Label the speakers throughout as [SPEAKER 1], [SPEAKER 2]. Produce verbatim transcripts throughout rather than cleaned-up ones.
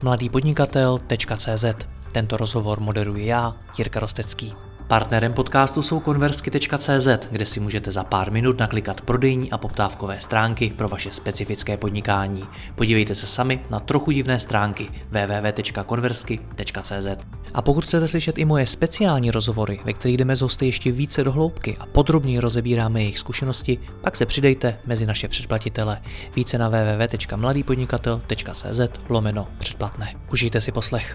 [SPEAKER 1] mladý podnikatel tečka cé zet. Tento rozhovor moderuji já, Jirka Rostecký. Partnerem podcastu jsou konversky tečka cé zet, kde si můžete za pár minut naklikat prodejní a poptávkové stránky pro vaše specifické podnikání. Podívejte se sami na trochu divné stránky w w w tečka konversky tečka cé zet. A pokud chcete slyšet i moje speciální rozhovory, ve kterých jdeme s hosty ještě více do hloubky a podrobněji rozebíráme jejich zkušenosti, pak se přidejte mezi naše předplatitele. Více na w w w tečka mladý podnikatel tečka cé zet lomeno předplatné. Užijte si poslech.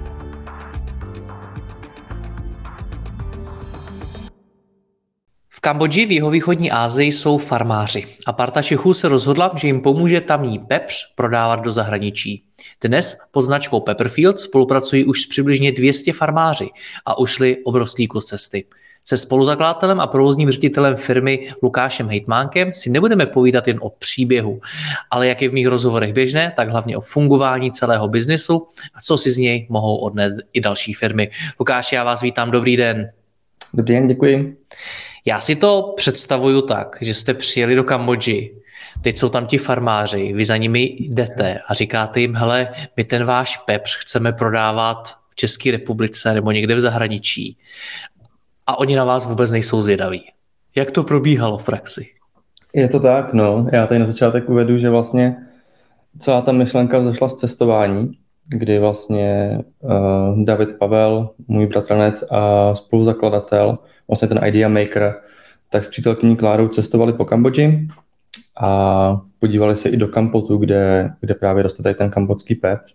[SPEAKER 1] V Kambodži v jihovýchodní Asii jsou farmáři a parta Čechů se rozhodla, že jim pomůže tamní pepř prodávat do zahraničí. Dnes pod značkou Pepperfield spolupracují už s přibližně dvě stě farmáři a ušli obrovský kus cesty. Se spoluzakladatelem a provozním ředitelem firmy Lukášem Hejtmánkem si nebudeme povídat jen o příběhu, ale jak je v mých rozhovorech běžné, tak hlavně o fungování celého biznesu a co si z něj mohou odnést i další firmy. Lukáši, já vás vítám, dobrý den.
[SPEAKER 2] Dobrý den, děkuji.
[SPEAKER 1] Já si to představuju tak, že jste přijeli do Kambodži, teď jsou tam ti farmáři, vy za nimi jdete a říkáte jim, hele, my ten váš pepř chceme prodávat v České republice nebo někde v zahraničí a oni na vás vůbec nejsou zvědaví. Jak to probíhalo v praxi?
[SPEAKER 2] Je to tak, no. Já tady na začátek uvedu, že vlastně celá ta myšlenka zašla z cestování, kdy vlastně uh, David Pavel, můj bratranec a spoluzakladatel, vlastně ten idea maker, tak s přítelkyní Klárou cestovali po Kambodži a podívali se i do Kampotu, kde, kde právě roste tady ten kambodský pepř.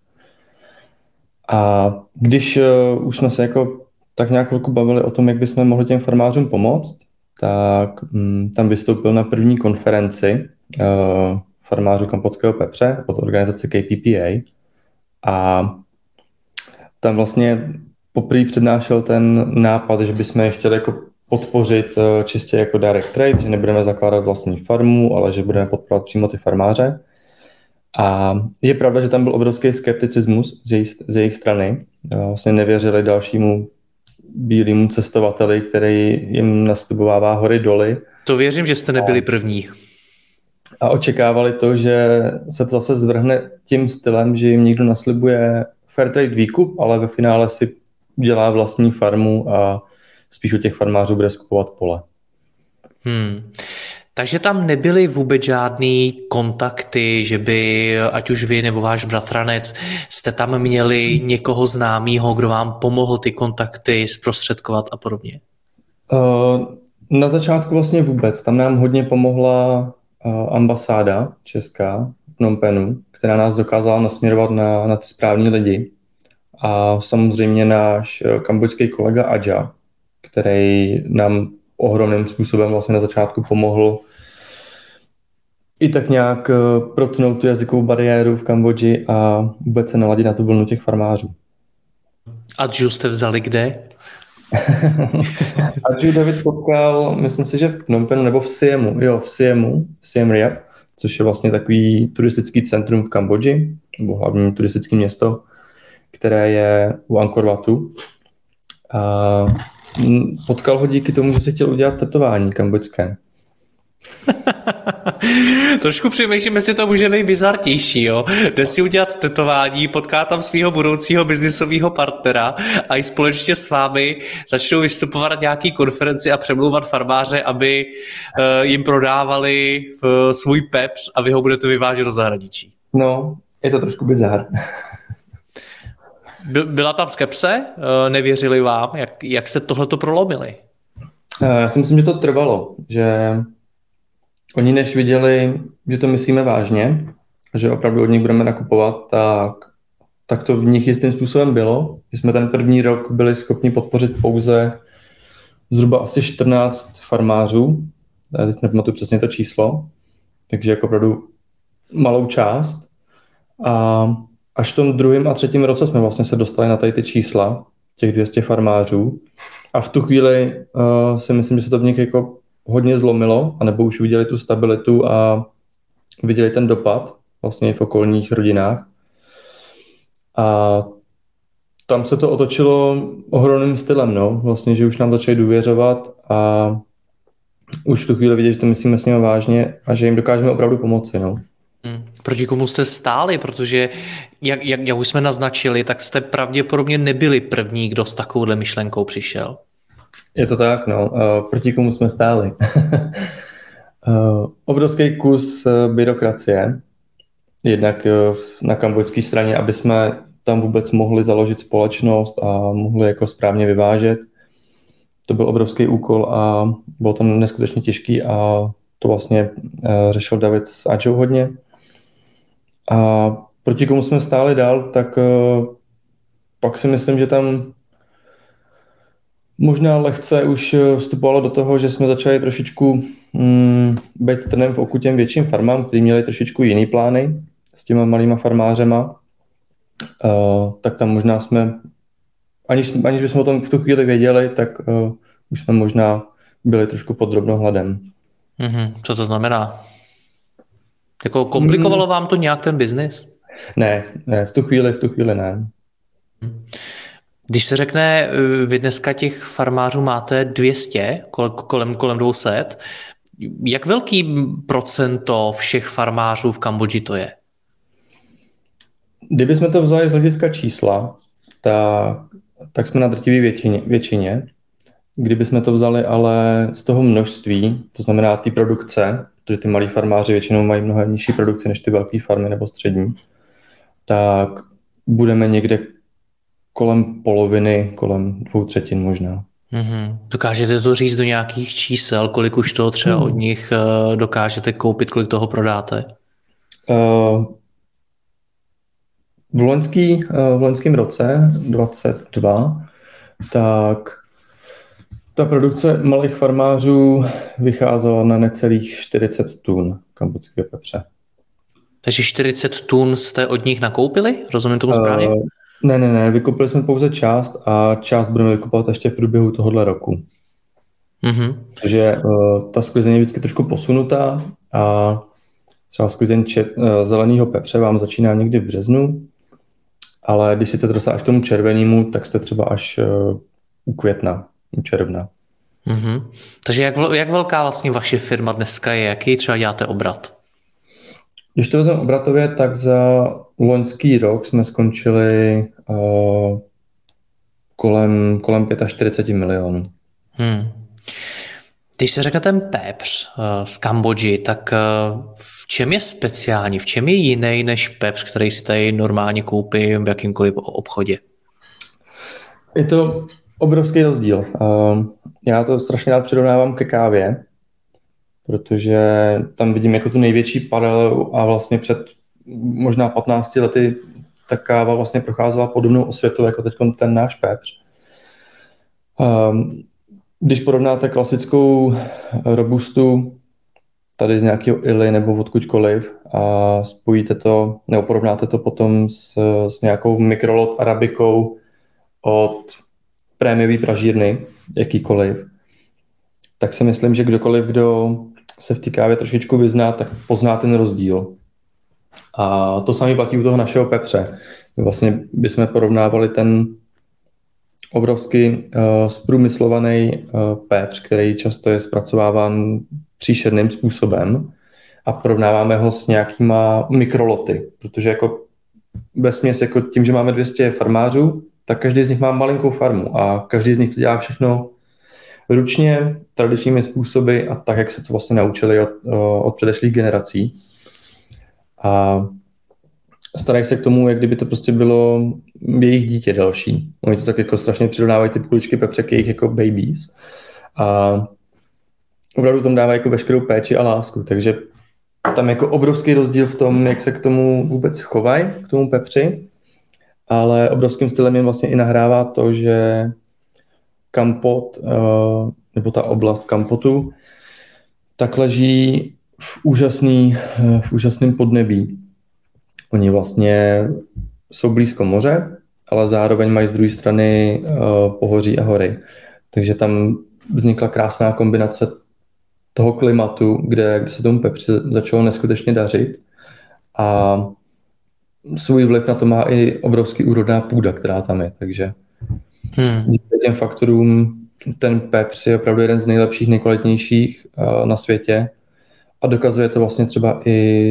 [SPEAKER 2] A když uh, už jsme se jako tak nějak chvilku bavili o tom, jak bychom mohli těm farmářům pomoct, tak um, tam vystoupil na první konferenci uh, farmářů kambodského pepře od organizace K P P A a tam vlastně poprvé přednášel ten nápad, že bychom je chtěli jako podpořit čistě jako direct trade, že nebudeme zakládat vlastní farmu, ale že budeme podporovat přímo ty farmáře. A je pravda, že tam byl obrovský skepticismus z jejich, z jejich strany. Vlastně nevěřili dalšímu bílému cestovateli, který jim nastupovává hory doly.
[SPEAKER 1] To věřím, že jste nebyli první.
[SPEAKER 2] A očekávali to, že se to zase zvrhne tím stylem, že jim někdo naslibuje fair trade výkup, ale ve finále si dělá vlastní farmu a spíš u těch farmářů bude skupovat pole.
[SPEAKER 1] Hmm. Takže tam nebyly vůbec žádný kontakty, že by ať už vy nebo váš bratranec jste tam měli někoho známého, kdo vám pomohl ty kontakty zprostředkovat a podobně?
[SPEAKER 2] Uh, na začátku vlastně vůbec. Tam nám hodně pomohla uh, ambasáda česká v Phnom Penhu, která nás dokázala nasměrovat na, na ty správní lidi. A samozřejmě náš kambodžský kolega Adja, který nám ohromným způsobem vlastně na začátku pomohl i tak nějak protnout tu jazykovou bariéru v Kambodži a vůbec se naladit na tu vlnu těch farmářů.
[SPEAKER 1] Adju jste vzali kde?
[SPEAKER 2] Adju David potkal, myslím si, že v Phnom Penhu nebo v Siemu, jo, v Siemu, v Siem Reap, což je vlastně takový turistický centrum v Kambodži, nebo hlavní turistické město, které je u Angkor Watu. A potkal ho díky tomu, že si chtěl udělat tetování kambodžské.
[SPEAKER 1] Trošku přemýšlím, jestli to může být bizartější, jo. Jde si udělat tetování, potká tam svého budoucího biznisového partnera a i společně s vámi začnou vystupovat na nějaký konferenci a přemlouvat farmáře, aby uh, jim prodávali uh, svůj pepř a vy ho budete vyvážet do zahraničí.
[SPEAKER 2] No, je to trošku bizar.
[SPEAKER 1] Byla tam skepse? Nevěřili vám? Jak, jak jste tohleto prolomili?
[SPEAKER 2] Já si myslím, že to trvalo, že oni než viděli, že to myslíme vážně, že opravdu od nich budeme nakupovat, tak, tak to v nich jistým způsobem bylo. My jsme ten první rok byli schopni podpořit pouze zhruba asi čtrnáct farmářů, já teď nepamatuji přesně to číslo, takže jako opravdu malou část. A až v tom druhém a třetím roce jsme vlastně se dostali na tady ty čísla, těch dvě stě farmářů. A v tu chvíli uh, si myslím, že se to v nich jako hodně zlomilo, anebo už viděli tu stabilitu a viděli ten dopad vlastně v okolních rodinách. A tam se to otočilo ohromným stylem, no. Vlastně, že už nám začali důvěřovat a už v tu chvíli vidět, že to myslíme s nimi vážně a že jim dokážeme opravdu pomoci, no.
[SPEAKER 1] Hmm. proti komu jste stáli, protože jak, jak, jak už jsme naznačili, tak jste pravděpodobně nebyli první, kdo s takovouhle myšlenkou přišel.
[SPEAKER 2] Je to tak, no. Proti komu jsme stáli? Obrovský kus byrokracie, jednak na kambodžské straně, aby jsme tam vůbec mohli založit společnost a mohli jako správně vyvážet. To byl obrovský úkol a bylo to neskutečně těžký a to vlastně řešil David s Adžou hodně. A proti komu jsme stáli dál, tak pak si myslím, že tam možná lehce už vstupovalo do toho, že jsme začali trošičku mm, být trnem v oku těm větším farmám, kteří měli trošičku jiný plány s těma malýma farmářema. Uh, tak tam možná jsme, aniž, aniž bychom o tom v tu chvíli věděli, tak uh, už jsme možná byli trošku pod drobnohledem.
[SPEAKER 1] Mm-hmm. Co to znamená? Jako komplikovalo mm. vám to nějak ten biznis?
[SPEAKER 2] Ne, ne, v tu chvíli, v tu chvíli ne.
[SPEAKER 1] Když se řekne, vy dneska těch farmářů máte dvě stě, kolem, kolem dvě stě, jak velký procento všech farmářů v Kambodži to je?
[SPEAKER 2] Kdybychom to vzali z hlediska čísla, tak, tak jsme na drtivé většině, většině. Kdybychom to vzali ale z toho množství, to znamená té produkce, protože ty malí farmáři většinou mají mnohem nižší produkci než ty velké farmy nebo střední, tak budeme někde kolem poloviny, kolem dvou třetin možná.
[SPEAKER 1] Mm-hmm. Dokážete to říct do nějakých čísel, kolik už toho třeba od nich uh, dokážete koupit, kolik toho prodáte?
[SPEAKER 2] Uh, v, loňský, uh, v loňském roce dvacet dva, tak ta produkce malých farmářů vycházela na necelých čtyřicet tun kambodžského pepře.
[SPEAKER 1] Takže čtyřicet tun jste od nich nakoupili? Rozumím tomu správně? Uh,
[SPEAKER 2] Ne, ne, ne, vykupili jsme pouze část a část budeme vykupovat ještě v průběhu tohohle roku.
[SPEAKER 1] Mm-hmm.
[SPEAKER 2] Takže uh, ta sklizeň je vždycky trošku posunutá a třeba sklizeň čet, uh, zeleného pepře vám začíná někdy v březnu, ale když si chcete až k tomu červenému, tak jste třeba až uh, u května, u června.
[SPEAKER 1] Mm-hmm. Takže jak, jak velká vlastně vaše firma dneska je? Jaký třeba děláte obrat?
[SPEAKER 2] Když to vezmeme obratově, tak za loňský rok jsme skončili uh, kolem, kolem čtyřicet pět milionů.
[SPEAKER 1] Hmm. Když se řekne ten pepř uh, z Kambodži, tak uh, v čem je speciální? V čem je jiný než pepř, který si tady normálně koupím v jakýmkoliv obchodě?
[SPEAKER 2] Je to obrovský rozdíl. Uh, já to strašně rád přirovnávám ke kávě, protože tam vidím jako tu největší paralelu a vlastně před možná patnácti lety ta káva vlastně procházela podobnou osvětou jako teď ten náš pepř. Když porovnáte klasickou robustu tady z nějakého Illy nebo odkudkoliv a spojíte to, nebo porovnáte to potom s, s nějakou mikrolot arabikou od prémiové pražírny, jakýkoliv, tak si myslím, že kdokoliv, kdo se v té kávě trošičku vyzná, tak pozná ten rozdíl. A to samé platí u toho našeho pepře. My vlastně bychom porovnávali ten obrovský uh, zprůmyslovaný uh, pepř, který často je zpracováván příšerným způsobem a porovnáváme ho s nějakýma mikroloty, protože jako vesměs jako tím, že máme dvě stě farmářů, tak každý z nich má malinkou farmu a každý z nich to dělá všechno ručně, tradičními způsoby a tak, jak se to vlastně naučili od, od předešlých generací. A starají se k tomu, jak kdyby to prostě bylo jejich dítě další. Oni to tak jako strašně přirovnávají ty kuličky pepře k jejich jako babies. A opravdu tam dávají jako veškerou péči a lásku, takže tam jako obrovský rozdíl v tom, jak se k tomu vůbec chovají, k tomu pepři, ale obrovským stylem jim vlastně i nahrává to, že Kampot, nebo ta oblast Kampotu, tak leží v, úžasný, v úžasném podnebí. Oni vlastně jsou blízko moře, ale zároveň mají z druhé strany pohoří a hory. Takže tam vznikla krásná kombinace toho klimatu, kde, kde se tomu pepři začalo neskutečně dařit. A svůj vliv na to má i obrovský úrodná půda, která tam je. Takže Hmm. díky těm faktorům ten pepř je opravdu jeden z nejlepších, nejkvalitnějších uh, na světě a dokazuje to vlastně třeba i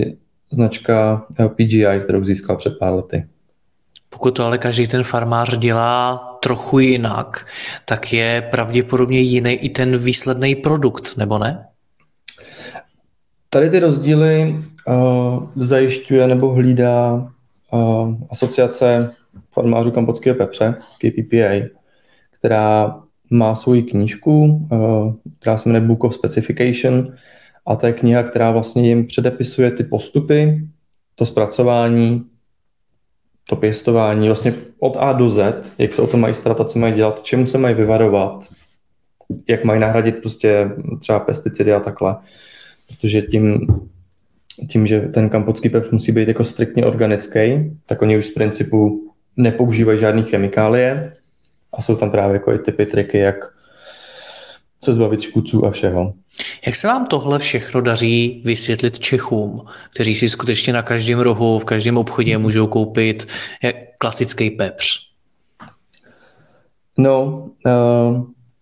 [SPEAKER 2] značka P G I, kterou získal před pár lety.
[SPEAKER 1] Pokud to ale každý ten farmář dělá trochu jinak, tak je pravděpodobně jiný i ten výsledný produkt, nebo ne?
[SPEAKER 2] Tady ty rozdíly uh, zajišťuje nebo hlídá uh, asociace farmářů kampotského pepře, K P P A, která má svoji knížku, uh, která se jmenuje Book of Specification, a to je kniha, která vlastně jim předepisuje ty postupy, to zpracování, to pěstování, vlastně od A do Z, jak se o to mají starat, co mají dělat, čemu se mají vyvarovat, jak mají nahradit prostě třeba pesticidy a takhle. Protože tím, tím, že ten kampotský pepř musí být jako striktně organický, tak oni už z principu nepoužívají žádný chemikálie a jsou tam právě jako i typy, triky, jak se zbavit škůdců a všeho.
[SPEAKER 1] Jak se vám tohle všechno daří vysvětlit Čechům, kteří si skutečně na každém rohu, v každém obchodě můžou koupit klasický pepř?
[SPEAKER 2] No, uh,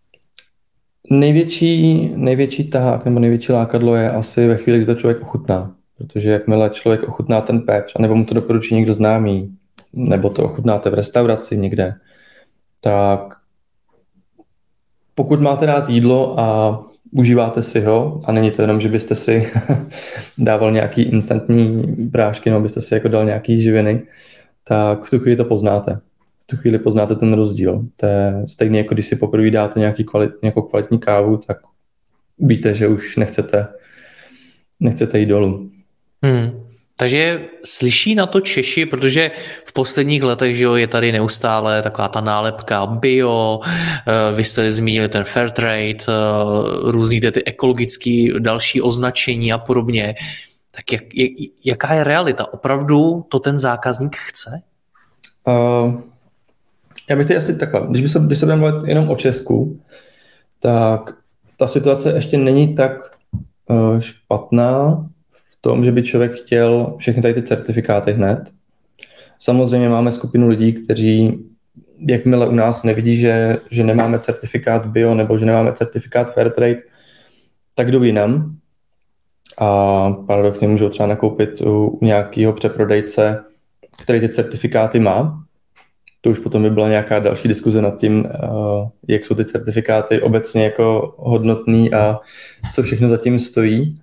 [SPEAKER 2] největší, největší tahák nebo největší lákadlo je asi ve chvíli, kdy to člověk ochutná. Protože jakmile člověk ochutná ten pepř, anebo mu to doporučí někdo známý, nebo to ochutnáte v restauraci někde, tak pokud máte rád jídlo a užíváte si ho, a není to jenom, že byste si dával nějaký instantní prášky, nebo byste si jako dal nějaký živiny, tak v tu chvíli to poznáte. V tu chvíli poznáte ten rozdíl. To je stejně jako když si poprvé dáte nějaký kvalit, nějakou kvalitní kávu, tak víte, že už nechcete, nechcete jít dolů.
[SPEAKER 1] Hmm. Takže slyší na to Češi, protože v posledních letech, že jo, je tady neustále taková ta nálepka bio, vy jste zmínili ten fair trade, různý ty ekologické další označení a podobně. Tak jak, jak, jaká je realita? Opravdu to ten zákazník chce?
[SPEAKER 2] Uh, já bych teď asi takhle, když, by se, když se budeme mluvit jenom o Česku, tak ta situace ještě není tak uh, špatná, tom, že by člověk chtěl všechny tady ty certifikáty hned. Samozřejmě máme skupinu lidí, kteří jakmile u nás nevidí, že, že nemáme certifikát bio nebo že nemáme certifikát Fairtrade, tak jdou jinam a paradoxně můžou třeba nakoupit u, u nějakého přeprodejce, který ty certifikáty má. To už potom by byla nějaká další diskuze nad tím, uh, jak jsou ty certifikáty obecně jako hodnotný a co všechno zatím stojí.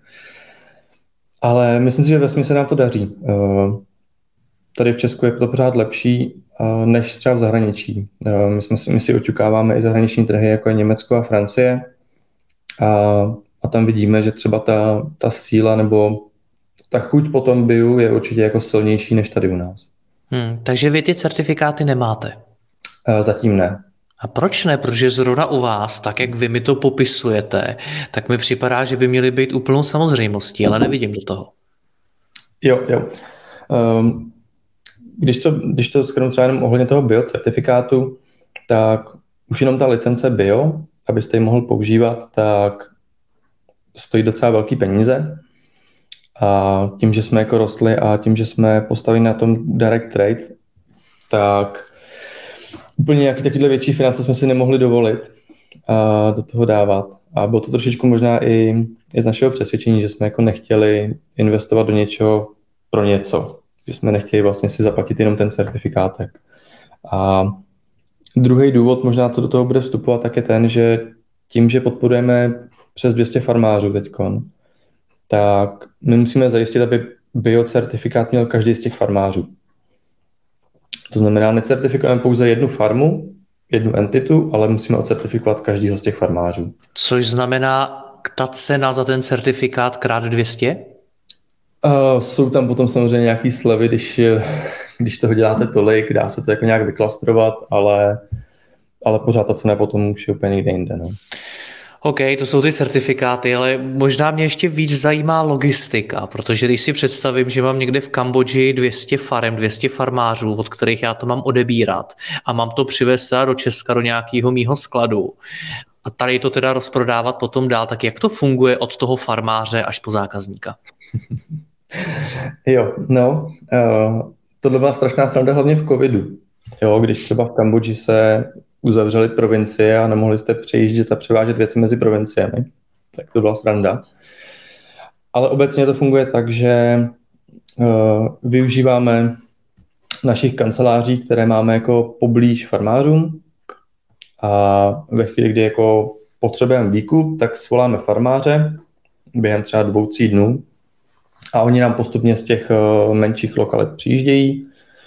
[SPEAKER 2] Ale myslím si, že vesměs se nám to daří. Tady v Česku je to pořád lepší než třeba v zahraničí. My, jsme si, my si oťukáváme i zahraniční trhy, jako je Německo a Francie. A, a tam vidíme, že třeba ta, ta síla nebo ta chuť po tom biu je určitě jako silnější než tady u nás.
[SPEAKER 1] Hmm, takže vy ty certifikáty nemáte?
[SPEAKER 2] Zatím ne.
[SPEAKER 1] A proč ne? Protože zrovna u vás, tak jak vy mi to popisujete, tak mi připadá, že by měly být úplnou samozřejmostí, ale nevidím do toho.
[SPEAKER 2] Jo, jo. Um, když to, když to shrnu třeba jenom ohledně toho biocertifikátu, tak už jenom ta licence bio, abyste ji mohl používat, tak stojí docela velký peníze. A tím, že jsme jako rostli a tím, že jsme postavili na tom direct trade, tak úplně nějaké takovéhle větší finance jsme si nemohli dovolit a do toho dávat. A bylo to trošičku možná i, i z našeho přesvědčení, že jsme jako nechtěli investovat do něčeho pro něco. Že jsme nechtěli vlastně si zaplatit jenom ten certifikátek. A druhý důvod možná, co do toho bude vstupovat, tak je ten, že tím, že podporujeme přes dvě stě farmářů teďkon, tak my musíme zajistit, aby biocertifikát měl každý z těch farmářů. To znamená, necertifikujeme pouze jednu farmu, jednu entitu, ale musíme ocertifikovat každýho z těch farmářů.
[SPEAKER 1] Což znamená ta cena za ten certifikát krát dvě stě?
[SPEAKER 2] Uh, jsou tam potom samozřejmě nějaký slevy, když, když toho děláte tolik, dá se to jako nějak vyklastrovat, ale, ale pořád ta cena potom už je úplně někde jinde. No.
[SPEAKER 1] OK, to jsou ty certifikáty, ale možná mě ještě víc zajímá logistika, protože když si představím, že mám někde v Kambodži dvě stě farem, dvě stě farmářů, od kterých já to mám odebírat a mám to přivést teda do Česka, do nějakého mýho skladu a tady to teda rozprodávat potom dál, tak jak to funguje od toho farmáře až po zákazníka?
[SPEAKER 2] Jo, no, uh, tohle byla strašná sranda hlavně v covidu. Jo, když třeba v Kambodži se uzavřeli provincie a nemohli jste přejíždět a převážet věci mezi provinciemi, tak to byla sranda. Ale obecně to funguje tak, že využíváme našich kanceláří, které máme jako poblíž farmářům a ve chvíli, kdy jako potřebujeme výkup, tak svoláme farmáře během třeba dvou, tří dnů a oni nám postupně z těch menších lokalit přijíždějí.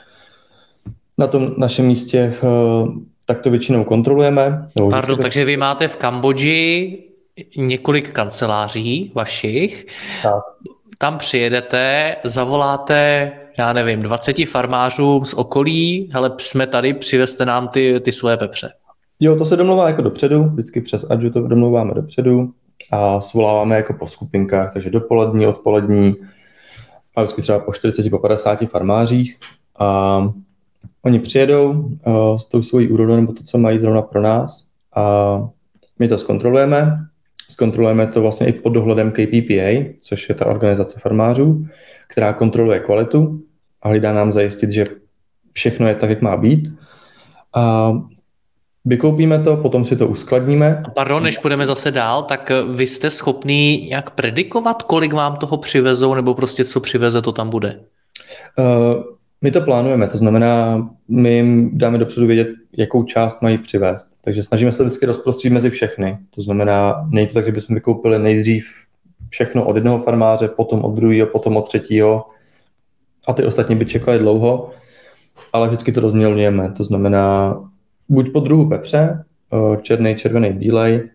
[SPEAKER 2] Na tom našem místě tak to většinou kontrolujeme.
[SPEAKER 1] Pardon, takže vy máte v Kambodži několik kanceláří vašich, tak. Tam přijedete, zavoláte, já nevím, dvaceti farmářům z okolí, hele, jsme tady, přivezte nám ty, ty svoje pepře.
[SPEAKER 2] Jo, to se domluvá jako dopředu, vždycky přes Adžu to domluváme dopředu a svoláváme jako po skupinkách, takže dopolední, odpolední a vždycky třeba po čtyřiceti, po padesáti farmářích a oni přijedou uh, s tou svojí úrodou nebo to, co mají zrovna pro nás a my to zkontrolujeme. Zkontrolujeme to vlastně i pod dohledem K P P A, což je ta organizace farmářů, která kontroluje kvalitu a hlídá nám zajistit, že všechno je tak, jak má být. A vykoupíme to, potom si to uskladníme.
[SPEAKER 1] Pardon, než půjdeme zase dál, tak vy jste schopný nějak predikovat, kolik vám toho přivezou, nebo prostě co přiveze, to tam bude?
[SPEAKER 2] Uh, My to plánujeme, to znamená, my jim dáme dopředu vědět, jakou část mají přivést. Takže snažíme se to vždycky rozprostřít mezi všechny. To znamená, není to tak, že bychom vykoupili nejdřív všechno od jednoho farmáře, potom od druhého, potom od třetího a ty ostatní by čekali dlouho, ale vždycky to rozmělňujeme. To znamená, buď po druhu pepře, černý, červený, bílej,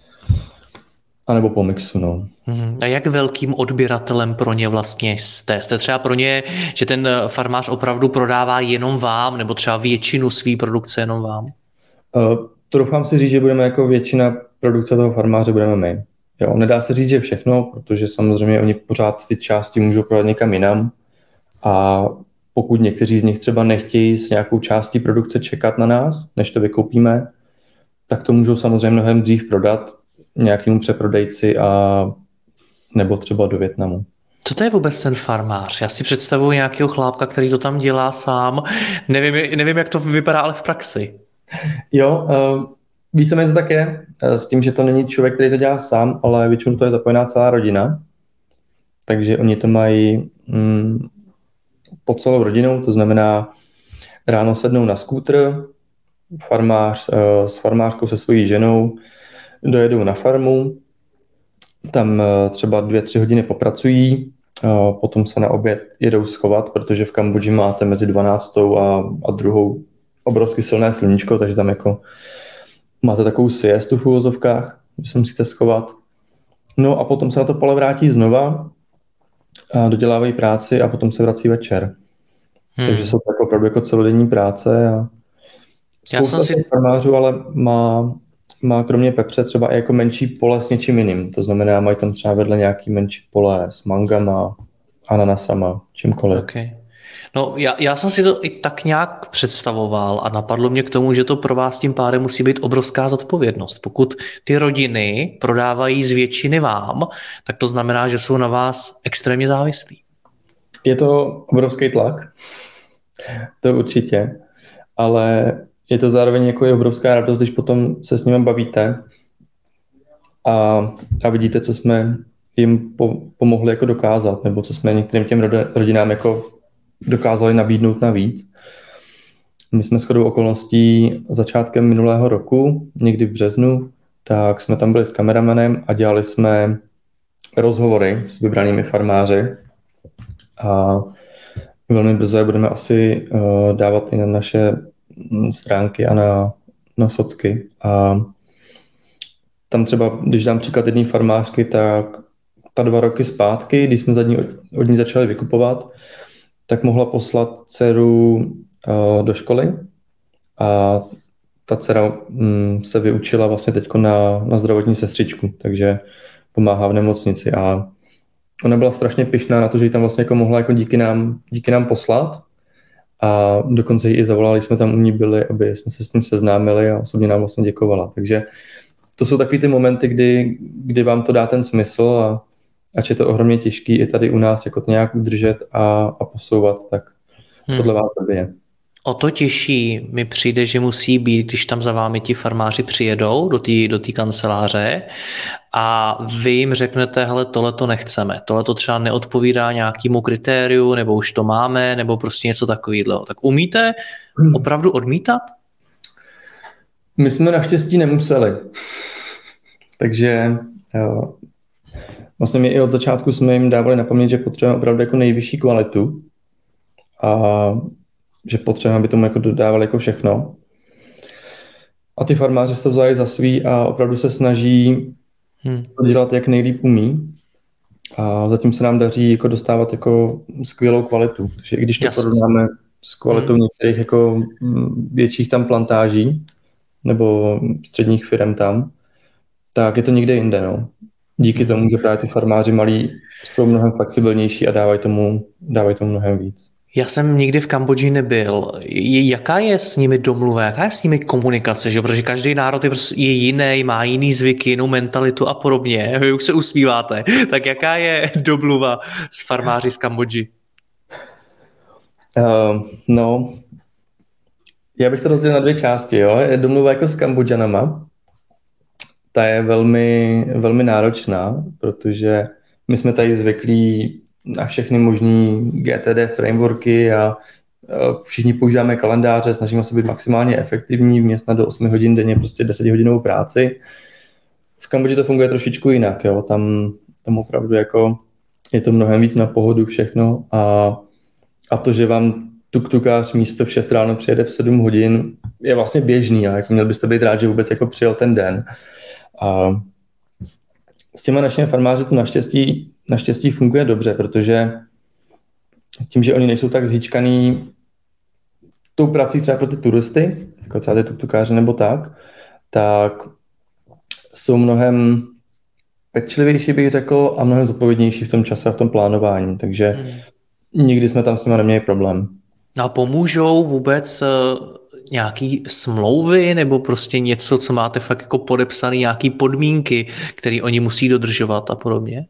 [SPEAKER 2] anebo po mixu, no.
[SPEAKER 1] A jak velkým odběratelem pro ně vlastně jste? Jste třeba pro ně, že ten farmář opravdu prodává jenom vám, nebo třeba většinu své produkce jenom vám?
[SPEAKER 2] Uh, troufám si říct, že budeme jako většina produkce toho farmáře budeme my. Jo, nedá se říct, že všechno, protože samozřejmě oni pořád ty části můžou prodat někam jinam a pokud někteří z nich třeba nechtějí s nějakou částí produkce čekat na nás, než to vykoupíme, tak to můžou samozřejmě mnohem dřív prodat nějakému přeprodejci a nebo třeba do Vietnamu.
[SPEAKER 1] Co to je vůbec ten farmář? Já si představuji nějakého chlápka, který to tam dělá sám. Nevím, nevím jak to vypadá, ale v praxi.
[SPEAKER 2] Jo, uh, víceméně to tak je. Uh, s tím, že to není člověk, který to dělá sám, ale většinou to je zapojená celá rodina. Takže oni to mají mm, pod celou rodinou, to znamená ráno sednou na skútr, farmář uh, s farmářkou se svojí ženou dojedou na farmu, tam třeba dvě, tři hodiny popracují, potom se na oběd jedou schovat, protože v Kambodži máte mezi dvanáctou a, a druhou obrovsky silné sluníčko, takže tam jako máte takovou siestu v uvozovkách, že se musíte schovat. No a potom se na to pole vrátí znova a dodělávají práci a potom se vrací večer. Hmm. Takže jsou to jako opravdu jako celodenní práce a spousta si... farmářů ale má má kromě pepře třeba i jako menší pole s něčím jiným. To znamená, mají tam třeba vedle nějaký menší pole s mangama, ananasama, čímkoliv.
[SPEAKER 1] Okay. No já, já jsem si to i tak nějak představoval a napadlo mě k tomu, že to pro vás tím pádem musí být obrovská zodpovědnost. Pokud ty rodiny prodávají z většiny vám, tak to znamená, že jsou na vás extrémně závislí.
[SPEAKER 2] Je to obrovský tlak, to určitě, ale je to zároveň jako je obrovská radost, když potom se s nimi bavíte a, a vidíte, co jsme jim po, pomohli jako dokázat, nebo co jsme některým těm rodinám jako dokázali nabídnout navíc. My jsme shodou okolností začátkem minulého roku, někdy v březnu, tak jsme tam byli s kameramanem a dělali jsme rozhovory s vybranými farmáři a velmi brzo je budeme asi uh, dávat i na naše stránky a na, na socky. A tam třeba, když dám příklad jedné farmářky, tak ta dva roky zpátky, když jsme za ní, od ní začali vykupovat, tak mohla poslat dceru uh, do školy a ta dcera um, se vyučila vlastně teďko na, na zdravotní sestřičku, takže pomáhá v nemocnici a ona byla strašně pyšná na to, že ji tam vlastně jako mohla jako díky nám, díky nám poslat a dokonce ji i zavolali, jsme tam u ní byli, aby jsme se s ním seznámili a osobně nám vlastně děkovala. Takže to jsou takový ty momenty, kdy, kdy vám to dá ten smysl a ač je to ohromně těžký i tady u nás jako to nějak udržet a, a posouvat, tak hmm. podle vás době je.
[SPEAKER 1] O to těžší mi přijde, že musí být, když tam za vámi ti farmáři přijedou do té do té kanceláře a vy jim řeknete, hele, tohle to nechceme, tohle to třeba neodpovídá nějakému kritériu, nebo už to máme, nebo prostě něco takového. Tak umíte opravdu odmítat?
[SPEAKER 2] My jsme naštěstí nemuseli. Takže jo, vlastně my i od začátku jsme jim dávali na paměť, že potřebujeme opravdu jako nejvyšší kvalitu a že potřebujeme, aby tomu jako dodávali jako všechno. A ty farmáři se to vzali za svý a opravdu se snaží hmm. to dělat, jak nejlíp umí. A zatím se nám daří jako dostávat jako skvělou kvalitu. Takže i když to porovnáme s kvalitou hmm. některých jako větších tam plantáží nebo středních firm tam, tak je to někde jinde. No. Díky hmm. tomu, že právě ty farmáři malí jsou mnohem flexibilnější a dávají tomu, dávají tomu mnohem víc.
[SPEAKER 1] Já jsem nikdy v Kambodži nebyl. Jaká je s nimi domluva, jaká je s nimi komunikace? Že? Protože každý národ je, prostě je jiný, má jiný zvyky, jinou mentalitu a podobně. Vy už se usmíváte. Tak jaká je domluva s farmáři z Kambodži?
[SPEAKER 2] Uh, no, já bych to rozdělil na dvě části. Jo? Je domluva jako s Kambodžanama. Ta je velmi, velmi náročná, protože my jsme tady zvyklí na všechny možný G T D frameworky a všichni používáme kalendáře, snažíme se být maximálně efektivní, vměstnat do osmi hodin denně prostě desetihodinovou práci. V Kambodži to funguje trošičku jinak, jo? Tam, tam opravdu jako je to mnohem víc na pohodu všechno a, a to, že vám tuk-tukář místo v šest ráno přijede v sedm hodin, je vlastně běžný a jako měl byste být rád, že vůbec jako přijel ten den. A s těma našimi farmáři to naštěstí, naštěstí funguje dobře, protože tím, že oni nejsou tak zhýčkaný tou prací třeba pro ty turisty, jako třeba ty tuktukáři nebo tak, tak jsou mnohem pečlivější, bych řekl, a mnohem zodpovědnější v tom čase a v tom plánování. Takže hmm. nikdy jsme tam s nimi neměli problém.
[SPEAKER 1] A pomůžou vůbec nějaký smlouvy nebo prostě něco, co máte fakt jako podepsané, nějaký podmínky, které oni musí dodržovat a podobně?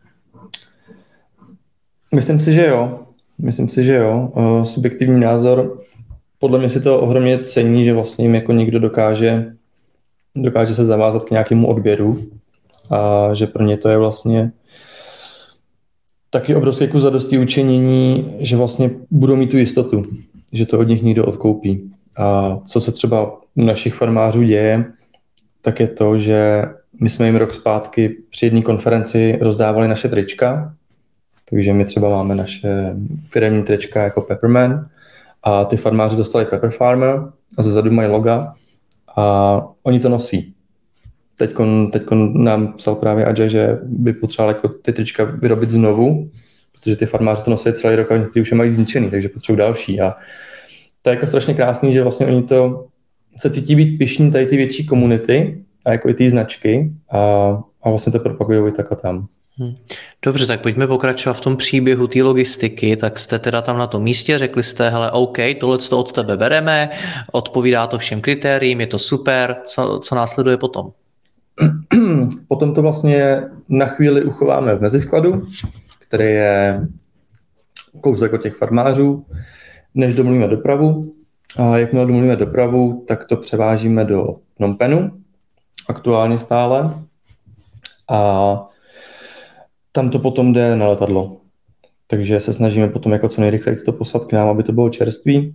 [SPEAKER 2] Myslím si, že jo. Myslím si, že jo. Subjektivní názor, podle mě si to ohromně cení, že vlastně jim jako někdo dokáže, dokáže se zavázat k nějakému odběru a že pro ně to je vlastně taky obrovské kus zadostí učinění, že vlastně budou mít tu jistotu, že to od nich někdo odkoupí. A co se třeba u našich farmářů děje, tak je to, že my jsme jim rok zpátky při jedné konferenci rozdávali naše trička, takže my třeba máme naše firemní trička jako Pepperman a ty farmáři dostali Pepper Farmer a zezadu mají loga a oni to nosí. Teďkon, teďkon nám psal právě Adja, že by potřeboval jako ty trička vyrobit znovu, protože ty farmáři to nosí celý rok a ty už je mají zničený, takže potřebují další. A to je jako strašně krásný, že vlastně oni to se cítí být pyšní tady ty větší komunity a jako i ty značky a, a vlastně to propagují i tak a tam.
[SPEAKER 1] Dobře, tak pojďme pokračovat v tom příběhu té logistiky. Tak jste teda tam na tom místě, řekli jste, hele, OK, tohle to od tebe bereme, odpovídá to všem kritériím, je to super, co, co následuje potom?
[SPEAKER 2] Potom to vlastně na chvíli uchováme v meziskladu, který je kousek od těch farmářů, než domluvíme dopravu. A jakmile domluvíme dopravu, tak to převážíme do Phnom Penhu, aktuálně stále. A tam to potom jde na letadlo. Takže se snažíme potom jako co nejrychleji to poslat k nám, aby to bylo čerství.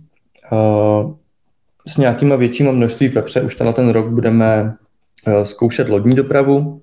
[SPEAKER 2] S nějakýma většíma množství pepře už tenhle ten rok budeme zkoušet lodní dopravu,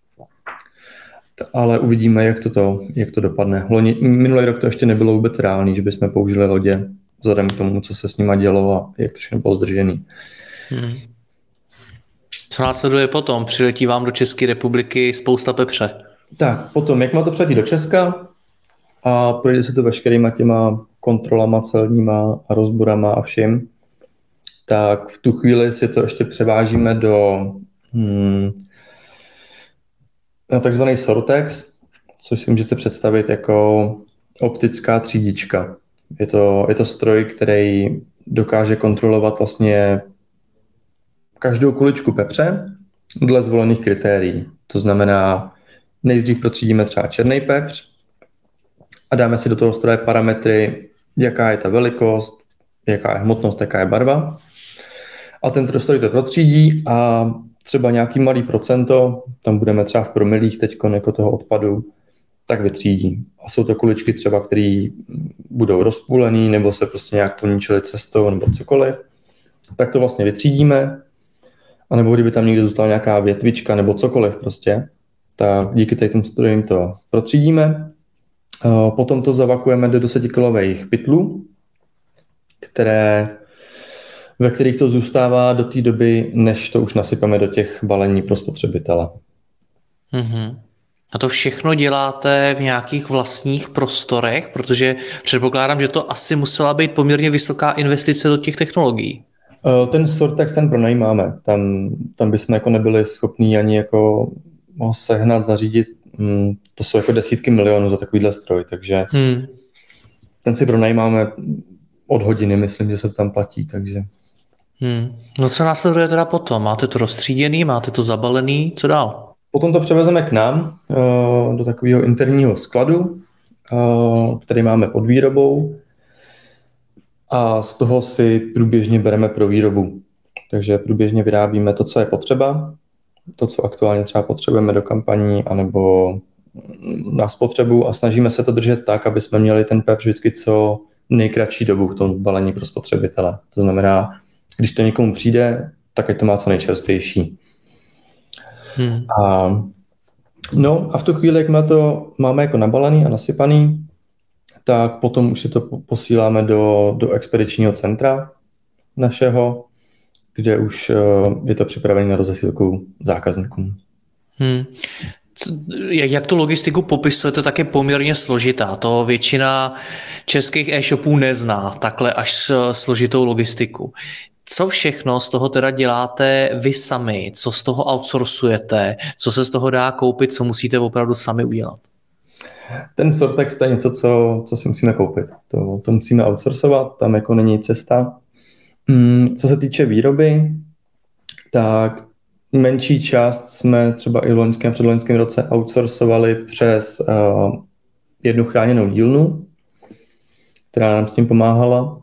[SPEAKER 2] ale uvidíme, jak to, to, jak to dopadne. Loni, minulý rok to ještě nebylo vůbec reálný, že bychom použili lodě vzhledem k tomu, co se s nima dělo a jak to všechno bylo zdržený. Hmm.
[SPEAKER 1] Co následuje potom? Přiletí vám do České republiky spousta pepře.
[SPEAKER 2] Tak, potom, jak má to přiletí do Česka a projde se to veškerýma těma kontrolama celníma a rozborama a vším, tak v tu chvíli si to ještě převážíme do hmm, na takzvaný Sortex, což si můžete představit jako optická třídička. Je to, je to stroj, který dokáže kontrolovat vlastně každou kuličku pepře dle zvolených kritérií. To znamená, nejdřív protřídíme třeba černý pepř a dáme si do toho stroje parametry, jaká je ta velikost, jaká je hmotnost, jaká je barva. A ten stroj to protřídí a třeba nějaký malý procento, tam budeme třeba v promilích teď jako toho odpadu, tak vytřídí. A jsou to kuličky třeba, které budou rozpůlený nebo se prostě nějak poničily cestou nebo cokoliv. Tak to vlastně vytřídíme. A nebo kdyby tam někde zůstala nějaká větvička nebo cokoliv prostě, tak díky těm strojím to protřídíme. Potom to zavakujeme do desetikilových pytlů, které, ve kterých to zůstává do té doby, než to už nasypeme do těch balení pro spotřebitele.
[SPEAKER 1] Mm-hmm. A to všechno děláte v nějakých vlastních prostorech, protože předpokládám, že to asi musela být poměrně vysoká investice do těch technologií.
[SPEAKER 2] Ten Sortex ten pronajímáme. Tam, tam bychom jako nebyli schopní ani jako ho sehnat, zařídit. To jsou jako desítky milionů za takovýhle stroj, takže hmm. ten si pronajímáme od hodiny, myslím, že se to tam platí, takže.
[SPEAKER 1] Hmm. No co následuje teda potom? Máte to roztříděný, máte to zabalený, co dál?
[SPEAKER 2] Potom to převezeme k nám do takového interního skladu, který máme pod výrobou a z toho si průběžně bereme pro výrobu. Takže průběžně vyrábíme to, co je potřeba, to, co aktuálně třeba potřebujeme do kampaní anebo na spotřebu a snažíme se to držet tak, aby jsme měli ten pepř vždycky co nejkratší dobu k tomu balení pro spotřebitele. To znamená, když to někomu přijde, tak ať to má co nejčerstvější. Hmm. A, no a v tu chvíli, jak my to máme jako nabalený a nasypaný, tak potom už si to posíláme do, do expedičního centra našeho, kde už je to připravené na rozesílku zákazníkům.
[SPEAKER 1] Hmm. Jak tu logistiku popisujete, tak je poměrně složitá. To většina českých e-shopů nezná, takhle až složitou logistiku. Co všechno z toho teda děláte vy sami? Co z toho outsourcujete? Co se z toho dá koupit? Co musíte opravdu sami udělat?
[SPEAKER 2] Ten Sortex to je něco, co, co si musíme koupit. To, to musíme outsourcovat, tam jako není cesta. Hmm, co se týče výroby, tak menší část jsme třeba i v loňském předloňském roce outsourcovali přes uh, jednu chráněnou dílnu, která nám s tím pomáhala.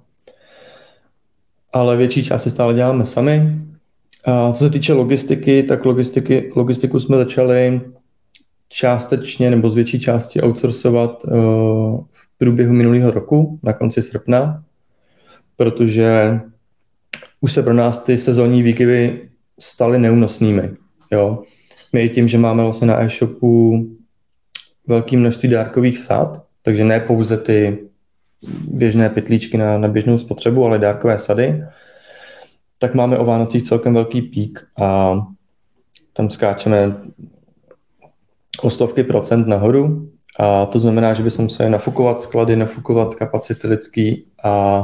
[SPEAKER 2] Ale větší část si stále děláme sami. A co se týče logistiky, tak logistiky, logistiku jsme začali částečně nebo z větší části outsourcovat uh, v průběhu minulého roku, na konci srpna, protože už se pro nás ty sezónní výkyvy staly neúnosnými. Jo. My i tím, že máme vlastně na e-shopu velké množství dárkových sad, takže ne pouze ty běžné pytlíčky na, na běžnou spotřebu, ale dárkové sady, tak máme o Vánocích celkem velký pík a tam skáčeme o stovky procent nahoru a to znamená, že bychom museli nafukovat sklady, nafukovat kapacity lidský a,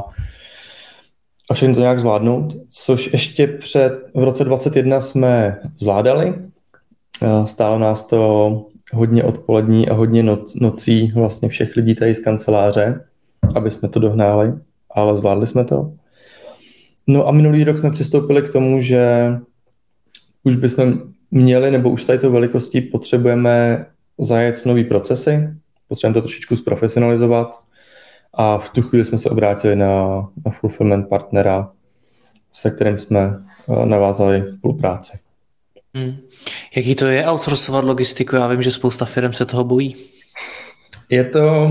[SPEAKER 2] a všechno to nějak zvládnout, což ještě před, v roce dvacet jedna jsme zvládali. Stálo nás to hodně odpolední a hodně noc, nocí vlastně všech lidí tady z kanceláře, aby jsme to dohnáli, ale zvládli jsme to. No a minulý rok jsme přistoupili k tomu, že už bychom měli, nebo už tady tou velikostí potřebujeme zajet nový procesy, potřebujeme to trošičku zprofesionalizovat a v tu chvíli jsme se obrátili na, na fulfillment partnera, se kterým jsme navázali spolupráci.
[SPEAKER 1] Hmm. Jaký to je outsourcovat logistiku? Já vím, že spousta firm se toho bojí.
[SPEAKER 2] Je to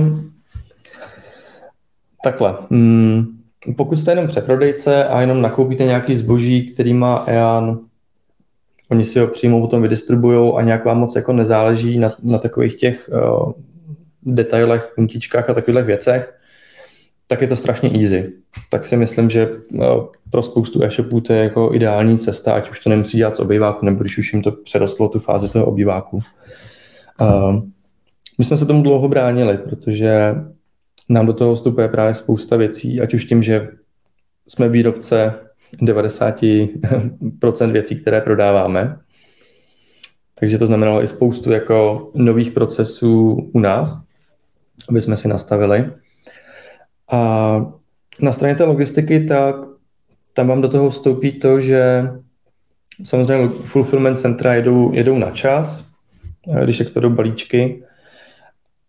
[SPEAKER 2] takhle. Hmm. Pokud jste jenom přeprodejce a jenom nakoupíte nějaký zboží, který má E A N, oni si ho přijmou, potom vydistribujou a nějak vám moc jako nezáleží na, na takových těch uh, detailech, puntičkách a takových věcech, tak je to strašně easy. Tak si myslím, že uh, pro spoustu e-shopů to je jako ideální cesta, ať už to nemusí dělat z obýváku, nebo když už jim to přerostlo tu fázi toho obýváku. Uh, my jsme se tomu dlouho bránili, protože nám do toho vstupuje právě spousta věcí, ať už tím, že jsme výrobce devadesát procent věcí, které prodáváme. Takže to znamenalo i spoustu jako nových procesů u nás, aby jsme si nastavili. A na straně té logistiky, tak tam vám do toho vstoupí to, že samozřejmě fulfillment centra jedou, jedou na čas, když expedou balíčky,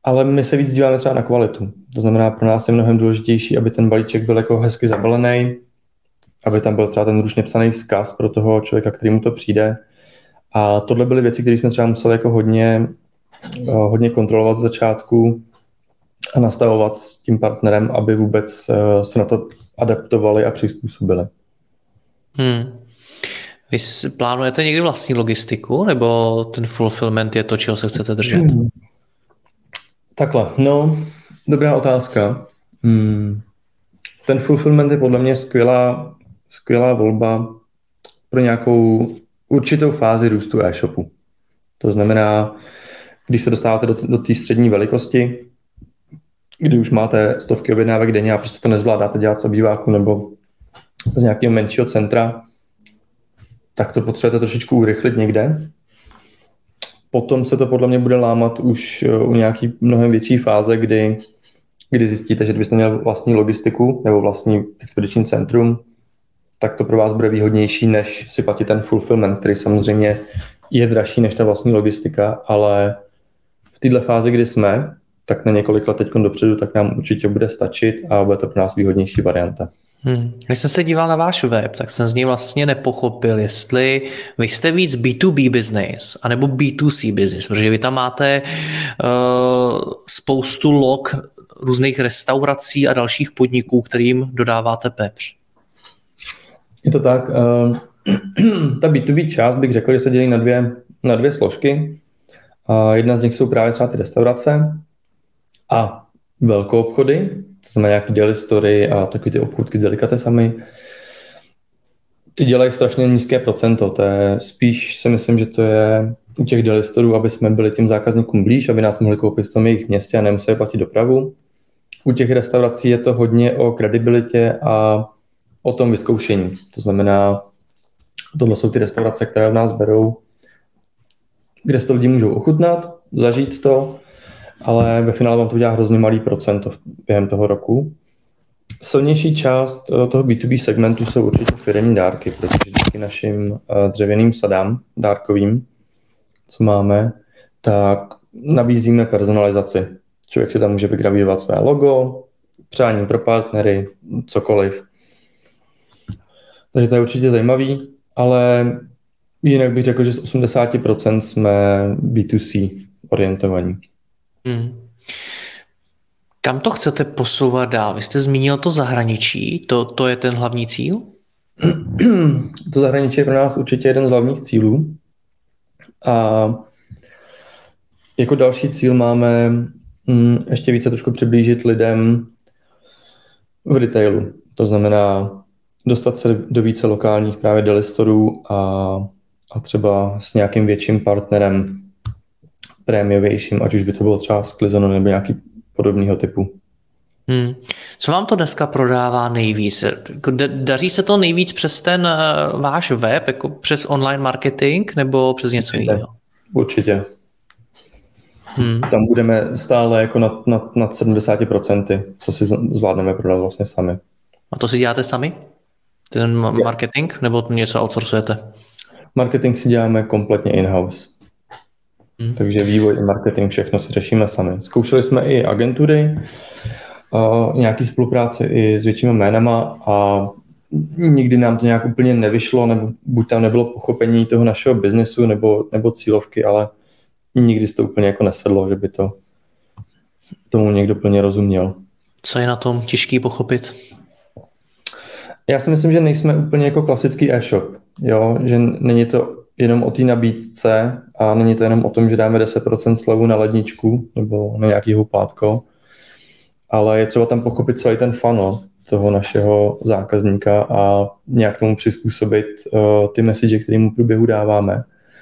[SPEAKER 2] ale my se víc díváme třeba na kvalitu. To znamená, pro nás je mnohem důležitější, aby ten balíček byl jako hezky zabalený, aby tam byl třeba ten ručně psaný vzkaz pro toho člověka, kterýmu to přijde. A tohle byly věci, které jsme třeba museli jako hodně, hodně kontrolovat z začátku a nastavovat s tím partnerem, aby vůbec se na to adaptovali a přizpůsobili.
[SPEAKER 1] Hmm. Vy plánujete někdy vlastní logistiku, nebo ten fulfillment je to, čeho se chcete držet? Hmm.
[SPEAKER 2] Takhle, no, dobrá otázka. Hmm. Ten fulfillment je podle mě skvělá, skvělá volba pro nějakou určitou fázi růstu e-shopu. To znamená, když se dostáváte do, do té střední velikosti, kdy už máte stovky objednávek denně a prostě to nezvládáte dělat z obýváku nebo z nějakého menšího centra, tak to potřebujete trošičku urychlit někde. Potom se to podle mě bude lámat už u nějaký mnohem větší fáze, kdy, kdy zjistíte, že kdybyste měl vlastní logistiku nebo vlastní expediční centrum, tak to pro vás bude výhodnější, než si platit ten fulfillment, který samozřejmě je dražší než ta vlastní logistika, ale v této fázi, kdy jsme, tak na několik let teď dopředu, tak nám určitě bude stačit a bude to pro nás výhodnější varianta.
[SPEAKER 1] Hmm. Když jsem se díval na váš web, tak jsem z něj vlastně nepochopil, jestli vy jste víc bé dvě bé business anebo bé dvě cé business, protože vy tam máte uh, spoustu log různých restaurací a dalších podniků, kterým dodáváte pepř.
[SPEAKER 2] Je to tak. Uh, ta bé dvě bé část bych řekl, že se dělí na dvě, na dvě složky. Uh, jedna z nich jsou právě třeba ty restaurace a velkou obchody, to znamená nějaký daily story a takový ty obchůdky s delikatesami. Ty dělají strašně nízké procento, to je spíš si myslím, že to je u těch daily storů, aby jsme byli tím zákazníkům blíž, aby nás mohli koupit v tom jejich městě a nemuseli platit dopravu. U těch restaurací je to hodně o kredibilitě a o tom vyzkoušení. To znamená, tohle jsou ty restaurace, které v nás berou, kde si to lidi můžou ochutnat, zažít to, ale ve finále vám to udělá hrozně malý procento během toho roku. Silnější část toho bé dvě bé segmentu jsou určitě firemní dárky, protože díky našim dřevěným sadám dárkovým, co máme, tak nabízíme personalizaci. Člověk si tam může vygravírovat své logo, přání pro partnery, cokoliv. Takže to je určitě zajímavý, ale jinak bych řekl, že z osmdesát procent jsme bé dvě cé orientovaní. Hmm.
[SPEAKER 1] Kam to chcete posouvat dál? Vy jste zmínil to zahraničí, to, to je ten hlavní cíl?
[SPEAKER 2] To zahraničí je pro nás určitě jeden z hlavních cílů. A jako další cíl máme hm, ještě více trošku přiblížit lidem v retailu. To znamená dostat se do více lokálních právě delistorů a, a třeba s nějakým větším partnerem prémiovějším, ať už by to bylo třeba sklizono nebo nějaký podobného typu.
[SPEAKER 1] Hmm. Co vám to dneska prodává nejvíc? Daří se to nejvíc přes ten váš web, jako přes online marketing, nebo přes něco
[SPEAKER 2] Určitě.
[SPEAKER 1] jiného?
[SPEAKER 2] Určitě. Hmm. Tam budeme stále jako nad, nad, nad sedmdesát procent, co si zvládneme prodat vlastně sami.
[SPEAKER 1] A to si děláte sami? Ten marketing, nebo něco outsourcujete?
[SPEAKER 2] Marketing si děláme kompletně in-house. Hmm. Takže vývoj i marketing, všechno si řešíme sami. Zkoušeli jsme i agentury, uh, nějaký spolupráce i s většími jménama a nikdy nám to nějak úplně nevyšlo, nebo buď tam nebylo pochopení toho našeho biznesu nebo, nebo cílovky, ale nikdy se to úplně jako nesedlo, že by to tomu někdo plně rozuměl.
[SPEAKER 1] Co je na tom těžký pochopit?
[SPEAKER 2] Já si myslím, že nejsme úplně jako klasický e-shop, jo? Že není to jenom o té nabídce a není to jenom o tom, že dáme deset procent slevu na ledničku nebo na nějaký houpátko, ale je třeba tam pochopit celý ten funnel toho našeho zákazníka a nějak tomu přizpůsobit uh, ty message, které mu v průběhu dáváme.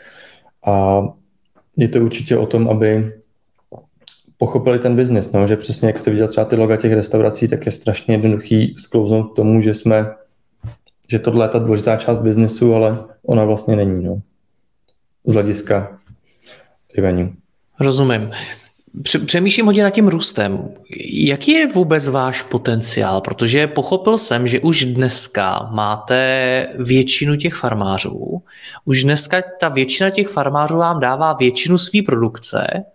[SPEAKER 2] A je to určitě o tom, aby pochopili ten biznis, no, že přesně jak jste viděl třeba ty loga těch restaurací, tak je strašně jednoduchý sklouznout k tomu, že jsme, že tohle je ta důležitá část biznesu, ale ona vlastně není, no. Z hlediska revenue.
[SPEAKER 1] Rozumím. Přemýšlím hodně nad tím růstem. Jaký je vůbec váš potenciál? Protože pochopil jsem, že už dneska máte většinu těch farmářů. Už dneska ta většina těch farmářů vám dává většinu své produkce.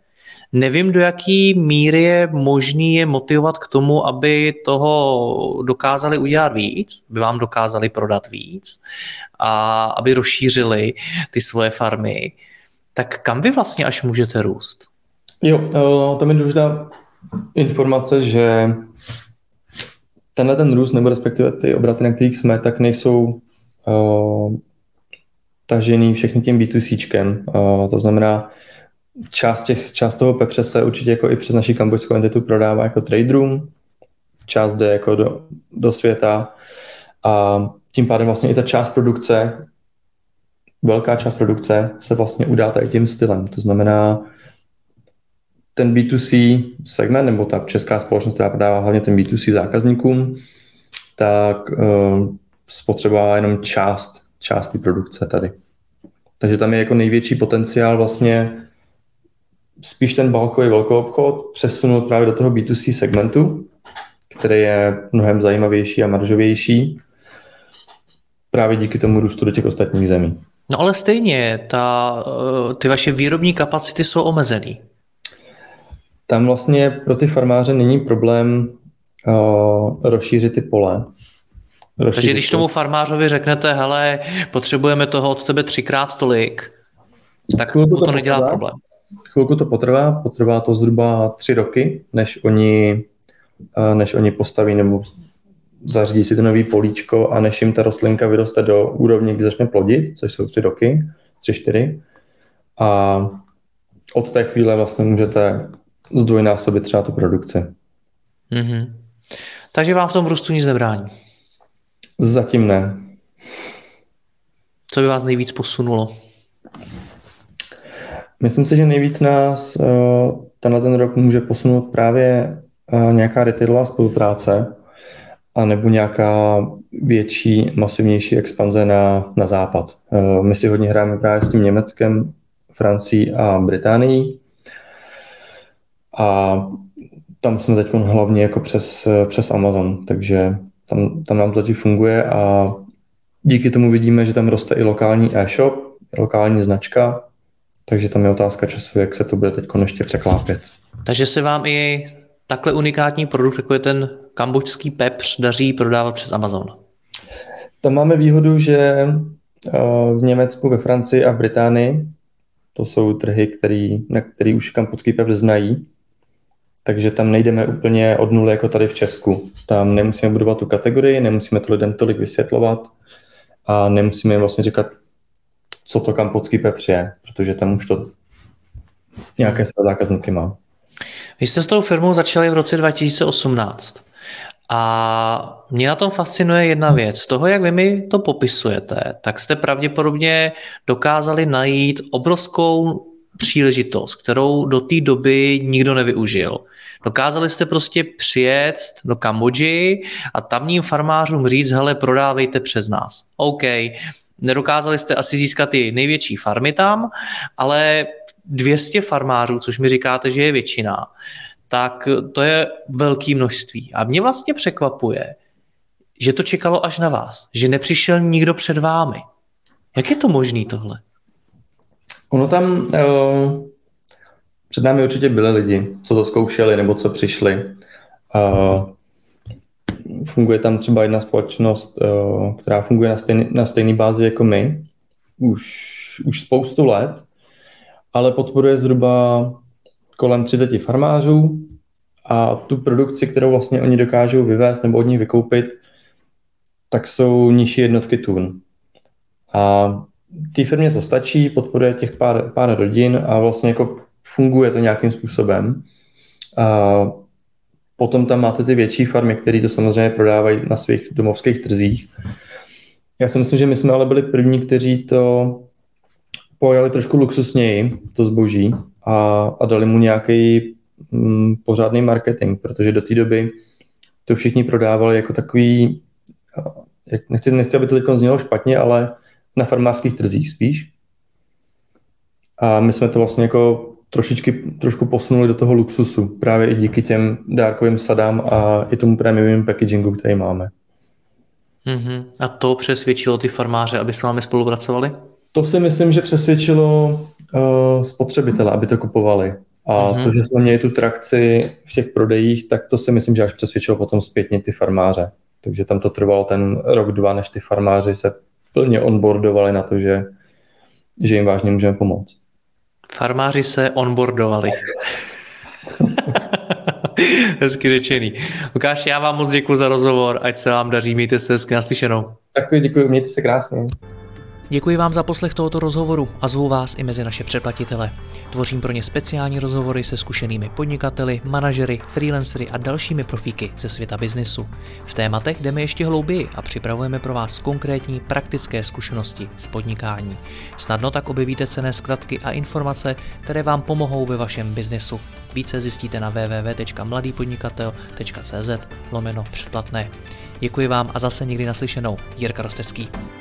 [SPEAKER 1] Nevím, do jaký míry je možný je motivovat k tomu, aby toho dokázali udělat víc, aby vám dokázali prodat víc a aby rozšířili ty svoje farmy. Tak kam vy vlastně až můžete růst?
[SPEAKER 2] Jo, tam je důležitá informace, že tenhle ten růst, nebo respektive ty obraty, na kterých jsme, tak nejsou uh, tažený všechny tím bé dvě céčkem. Uh, to znamená, část, těch, část toho pepře se určitě jako i přes naši kambodžskou entitu prodává jako trade room, část jde jako do, do světa a tím pádem vlastně i ta část produkce, velká část produkce se vlastně udá tady tím stylem. To znamená, ten bé dvě cé segment, nebo ta česká společnost, která prodává hlavně ten bé dvě cé zákazníkům, tak uh, spotřebová jenom část, část té produkce tady. Takže tam je jako největší potenciál vlastně spíš ten balkový velkoobchod přesunout právě do toho bé dvě cé segmentu, který je mnohem zajímavější a maržovější právě díky tomu růstu do těch ostatních zemí.
[SPEAKER 1] No ale stejně, ta, ty vaše výrobní kapacity jsou omezený.
[SPEAKER 2] Tam vlastně pro ty farmáře není problém uh, rozšířit ty pole. Rozšířit
[SPEAKER 1] Takže když tomu farmářovi řeknete, hele, potřebujeme toho od tebe třikrát tolik, tak mu to, to nedělá potrvá. problém.
[SPEAKER 2] Chvilku to potrvá, potrvá to zhruba tři roky, než oni, uh, než oni postaví nebo zařídí si to nový políčko a než jim ta rostlinka vyroste do úrovně, kdy začne plodit, což jsou tři roky, tři, čtyři. A od té chvíle vlastně můžete zdvojnásobit třeba tu produkci.
[SPEAKER 1] Mm-hmm. Takže vám v tom růstu nic nebrání?
[SPEAKER 2] Zatím ne.
[SPEAKER 1] Co by vás nejvíc posunulo?
[SPEAKER 2] Myslím si, že nejvíc nás tenhle ten rok může posunout právě nějaká retailová spolupráce a nebo nějaká větší, masivnější expanze na, na západ. My si hodně hrajeme právě s tím Německem, Francií a Británií. A tam jsme teď hlavně jako přes, přes Amazon, takže tam, tam nám to teď funguje a díky tomu vidíme, že tam roste i lokální e-shop, lokální značka, takže tam je otázka času, jak se to bude teď ještě překlápět. Takže
[SPEAKER 1] se vám i takhle unikátní produkt, jako je ten kambodžský pepř, daří prodávat přes Amazon?
[SPEAKER 2] Tam máme výhodu, že v Německu, ve Francii a v Británii to jsou trhy, který, na který už kambodžský pepř znají, takže tam nejdeme úplně od nuly jako tady v Česku. Tam nemusíme budovat tu kategorii, nemusíme to lidem tolik vysvětlovat a nemusíme jim vlastně říkat, co to kambodžský pepř je, protože tam už to nějaké své zákazníky má.
[SPEAKER 1] Vy jste s tou firmou začali v roce dva tisíce osmnáct a mě na tom fascinuje jedna věc. Z toho, jak vy mi to popisujete, tak jste pravděpodobně dokázali najít obrovskou příležitost, kterou do té doby nikdo nevyužil. Dokázali jste prostě přijet do Kambodži a tamním farmářům říct, hele, prodávejte přes nás. OK, nedokázali jste asi získat ty největší farmy tam, ale dvě stě farmářů, což mi říkáte, že je většina, tak to je velké množství. A mě vlastně překvapuje, že to čekalo až na vás, že nepřišel nikdo před vámi. Jak je to možný tohle?
[SPEAKER 2] Ono tam uh, před námi určitě byli lidi, co to zkoušeli nebo co přišli. Uh, funguje tam třeba jedna společnost, uh, která funguje na stejné na stejný bázi jako my, už, už spoustu let, ale podporuje zhruba kolem třicet farmářů a tu produkci, kterou vlastně oni dokážou vyvést nebo od nich vykoupit, tak jsou nižší jednotky tun. A té firmě to stačí, podporuje těch pár, pár rodin a vlastně jako funguje to nějakým způsobem. A potom tam máte ty větší farmy, které to samozřejmě prodávají na svých domovských trzích. Já si myslím, že my jsme ale byli první, kteří to pojali trošku luxusněji, to zboží, a, a dali mu nějaký mm, pořádný marketing, protože do té doby to všichni prodávali jako takový, jak, nechci, nechci, aby to teď znělo špatně, ale na farmářských trzích spíš. A my jsme to vlastně jako trošičky, trošku posunuli do toho luxusu, právě i díky těm dárkovým sadám a i tomu premium packagingu, který máme.
[SPEAKER 1] Mm-hmm. A to přesvědčilo ty farmáře, aby s vámi spolupracovali?
[SPEAKER 2] To si myslím, že přesvědčilo uh, spotřebitele, aby to kupovali. A mm-hmm. to, že jsme měli tu trakci v těch prodejích, tak to si myslím, že až přesvědčilo potom zpětně ty farmáře. Takže tam to trvalo ten rok, dva, než ty farmáři se plně onboardovali na to, že, že jim vážně můžeme pomoct.
[SPEAKER 1] Farmáři se onboardovali. Hezky řečený. Lukáš, já vám moc děkuji za rozhovor, ať se vám daří, mějte se hezky, naslyšenou.
[SPEAKER 2] Taky děkuji, mějte se krásně.
[SPEAKER 1] Děkuji vám za poslech tohoto rozhovoru a zvu vás i mezi naše předplatitele. Tvořím pro ně speciální rozhovory se zkušenými podnikateli, manažery, freelancery a dalšími profíky ze světa biznisu. V tématech jdeme ještě hlouběji a připravujeme pro vás konkrétní praktické zkušenosti z podnikání. Snadno tak objevíte cenné zkratky a informace, které vám pomohou ve vašem biznesu. Více zjistíte na w w w tečka mladý podnikatel tečka c z lomeno předplatné. Děkuji vám a zase někdy naslyšenou. Jirka Rostecký.